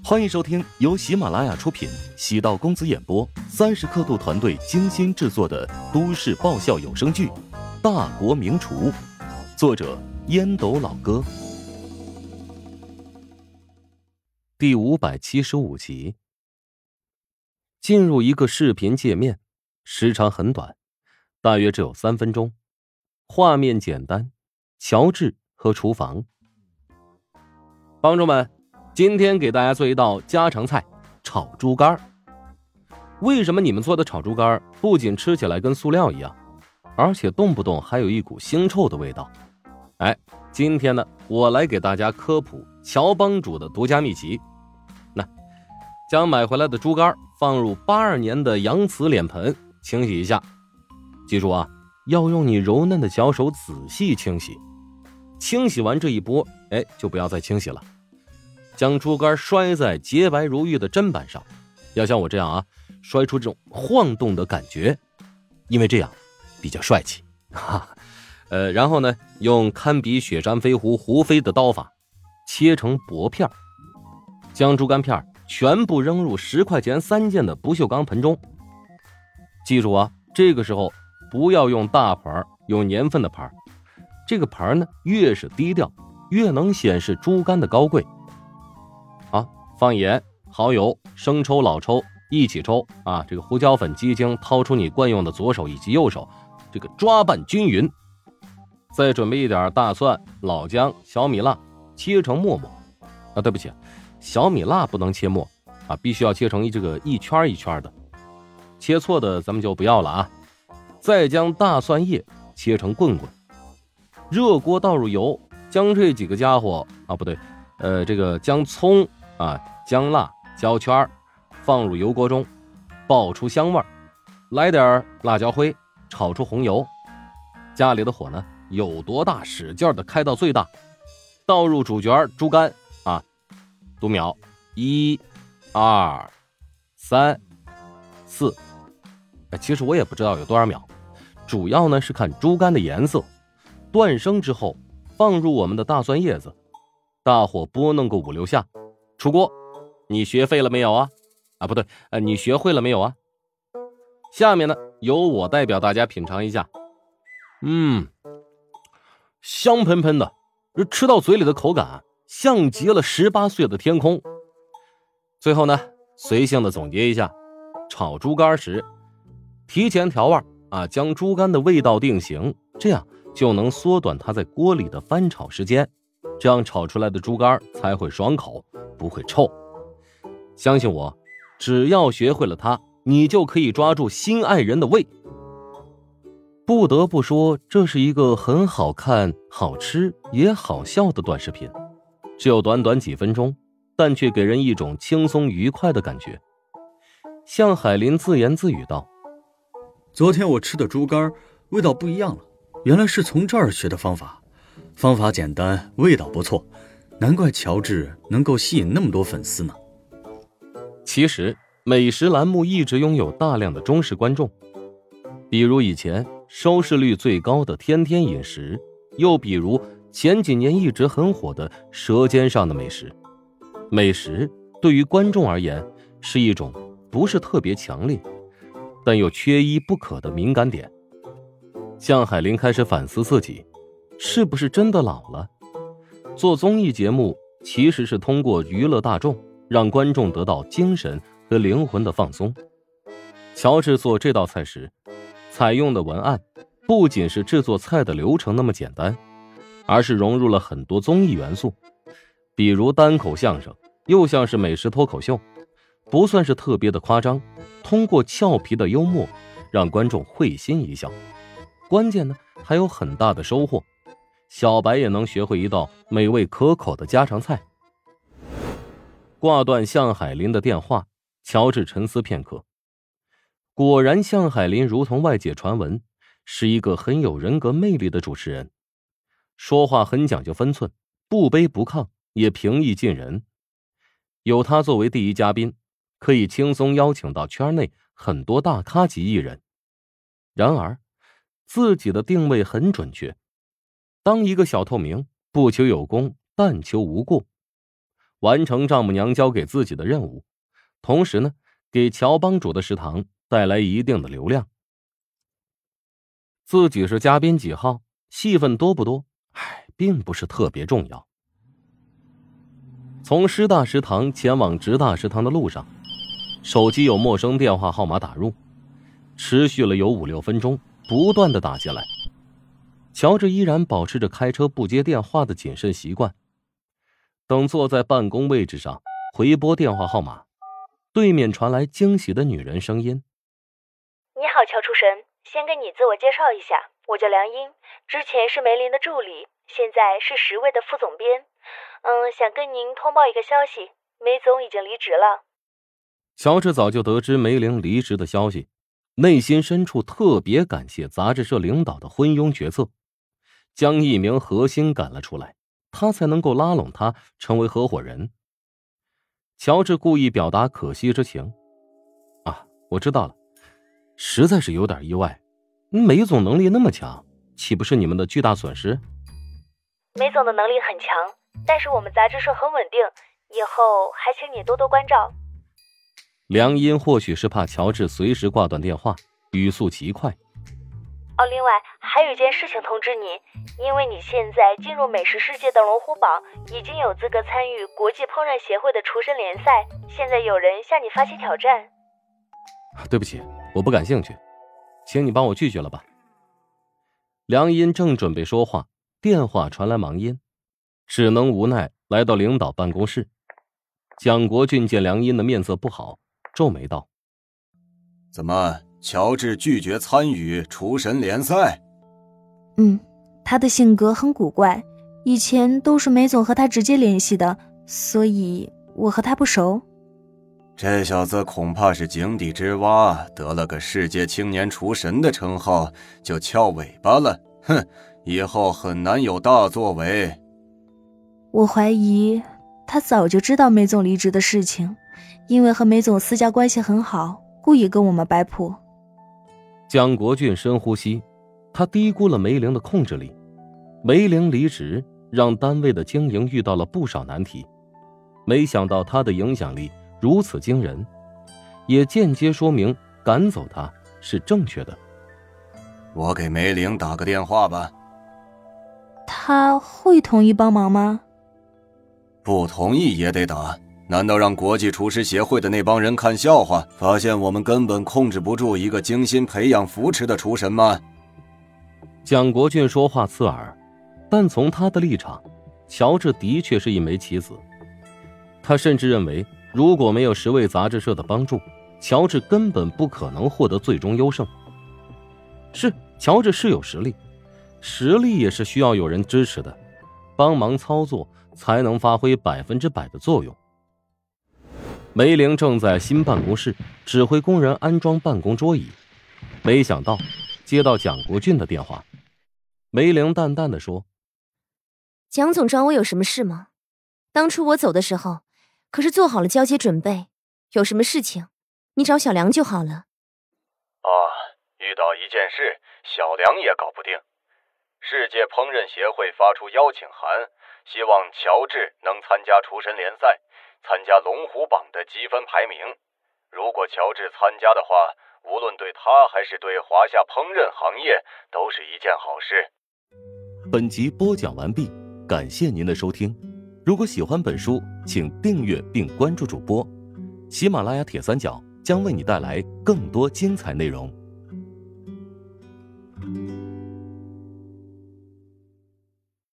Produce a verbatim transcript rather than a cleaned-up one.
欢迎收听由喜马拉雅出品，喜道公子演播，三十刻度团队精心制作的都市爆笑有声剧《大国名厨》，作者烟斗老哥，第五百七十五集。进入一个视频界面，时长很短，大约只有三分钟，画面简单，乔治和厨房。帮助们，今天给大家做一道家常菜，炒猪肝。为什么你们做的炒猪肝不仅吃起来跟塑料一样，而且动不动还有一股腥臭的味道？哎，今天呢，我来给大家科普乔帮主的独家秘籍。那将买回来的猪肝放入八二年的洋瓷脸盆，清洗一下。记住啊，要用你柔嫩的小手仔细清洗。清洗完这一波，哎，就不要再清洗了。将猪肝摔在洁白如玉的砧板上，要像我这样啊，摔出这种晃动的感觉，因为这样比较帅气。哈，呃，然后呢，用堪比雪山飞狐胡飞的刀法切成薄片，将猪肝片全部扔入十块钱三件的不锈钢盆中。记住啊，这个时候不要用大盘，有年份的盘。这个盘呢，越是低调，越能显示猪肝的高贵。啊，放盐、蚝油、生抽、老抽一起抽啊！这个胡椒粉、鸡精，掏出你惯用的左手以及右手，这个抓拌均匀。再准备一点大蒜、老姜、小米辣，切成沫沫。啊，对不起，小米辣不能切末啊，必须要切成一这个一圈一圈的。切错的咱们就不要了啊。再将大蒜叶切成棍棍。热锅倒入油，将这几个家伙啊，不对，呃，这个将葱啊、姜辣、椒圈放入油锅中，爆出香味，来点辣椒灰，炒出红油。家里的火呢有多大，使劲的开到最大，倒入主角猪肝啊，读秒，一、二、三、四。其实我也不知道有多少秒，主要呢是看猪肝的颜色。断生之后，放入我们的大蒜叶子，大火拨弄个五六下，出锅。你学废了没有啊？啊，不对，呃，你学会了没有啊？下面呢，由我代表大家品尝一下。嗯，香喷喷的，吃到嘴里的口感啊，像极了十八岁的天空。最后呢，随性的总结一下，炒猪肝时，提前调味啊，将猪肝的味道定型，这样就能缩短它在锅里的翻炒时间，这样炒出来的猪肝才会爽口，不会臭。相信我，只要学会了它，你就可以抓住心爱人的胃。不得不说，这是一个很好看、好吃也好笑的短视频，只有短短几分钟，但却给人一种轻松愉快的感觉。向海林自言自语道： 昨天我吃的猪肝味道不一样了，原来是从这儿学的方法，方法简单，味道不错，难怪乔治能够吸引那么多粉丝呢。 其实美食栏目一直拥有大量的忠实观众，比如以前收视率最高的天天饮食，又比如前几年一直很火的舌尖上的美食。美食对于观众而言是一种不是特别强烈，但又缺一不可的敏感点。向海林开始反思自己是不是真的老了。做综艺节目其实是通过娱乐大众，让观众得到精神和灵魂的放松。乔治做这道菜时采用的文案不仅是制作菜的流程那么简单，而是融入了很多综艺元素，比如单口相声，又像是美食脱口秀，不算是特别的夸张，通过俏皮的幽默让观众会心一笑。关键呢还有很大的收获，小白也能学会一道美味可口的家常菜。挂断向海林的电话，乔治沉思片刻。果然向海林如同外界传闻，是一个很有人格魅力的主持人，说话很讲究分寸，不卑不亢，也平易近人。有他作为第一嘉宾，可以轻松邀请到圈内很多大咖级艺人。然而自己的定位很准确，当一个小透明，不求有功，但求无过。 完成丈母娘交给自己的任务，同时呢，给乔帮主的食堂带来一定的流量。自己是嘉宾几号，戏份多不多，唉，并不是特别重要。从师大食堂前往职大食堂的路上，手机有陌生电话号码打入，持续了有五六分钟，不断的打进来。乔治依然保持着开车不接电话的谨慎习惯。等坐在办公位置上，回拨电话号码，对面传来惊喜的女人声音：“ 你好，乔厨神，先跟你自我介绍一下，我叫梁英，之前是梅林的助理，现在是十位的副总编。嗯，想跟您通报一个消息，梅总已经离职了。” 乔治早就得知梅玲离职的消息，内心深处特别感谢杂志社领导的昏庸决策，将一名核心赶了出来，他才能够拉拢他成为合伙人。乔治故意表达可惜之情：“啊，我知道了，实在是有点意外，梅总能力那么强，岂不是你们的巨大损失？” 梅总的能力很强，但是我们杂志社很稳定，以后还请你多多关照。 梁音或许是怕乔治随时挂断电话，语速极快。 哦，另外还有一件事情通知你，因为你现在进入美食世界的龙虎榜，已经有资格参与国际烹饪协会的厨神联赛，现在有人向你发起挑战。 对不起，我不感兴趣，请你帮我拒绝了吧。梁音正准备说话，电话传来忙音，只能无奈来到领导办公室。蒋国俊见梁音的面色不好，皱眉道：“ 怎么，乔治拒绝参与厨神联赛？” 嗯，他的性格很古怪，以前都是梅总和他直接联系的，所以我和他不熟。 这小子恐怕是井底之蛙，得了个世界青年厨神的称号就翘尾巴了，哼，以后很难有大作为。 我怀疑他早就知道梅总离职的事情，因为和梅总私下关系很好，故意跟我们摆谱。 蒋国俊深呼吸，他低估了梅玲的控制力。梅玲离职让单位的经营遇到了不少难题，没想到他的影响力如此惊人，也间接说明赶走他是正确的。 我给梅玲打个电话吧。 他会同意帮忙吗？ 不同意也得打，难道让国际厨师协会的那帮人看笑话，发现我们根本控制不住一个精心培养扶持的厨神吗？ 蒋国俊说话刺耳，但从他的立场，乔治的确是一枚棋子。他甚至认为，如果没有十位杂志社的帮助，乔治根本不可能获得最终优胜。是，乔治是有实力，实力也是需要有人支持的，帮忙操作才能发挥百分之百的作用。梅玲正在新办公室指挥工人安装办公桌椅，没想到接到蒋国俊的电话。梅玲淡淡的说：“ 蒋总找我有什么事吗？当初我走的时候可是做好了交接准备，有什么事情你找小梁就好了。” 啊，遇到一件事小梁也搞不定。世界烹饪协会发出邀请函，希望乔治能参加厨神联赛，参加龙虎榜的积分排名。如果乔治参加的话，无论对他还是对华夏烹饪行业都是一件好事。 本集播讲完毕，感谢您的收听。如果喜欢本书，请订阅并关注主播。喜马拉雅铁三角将为你带来更多精彩内容。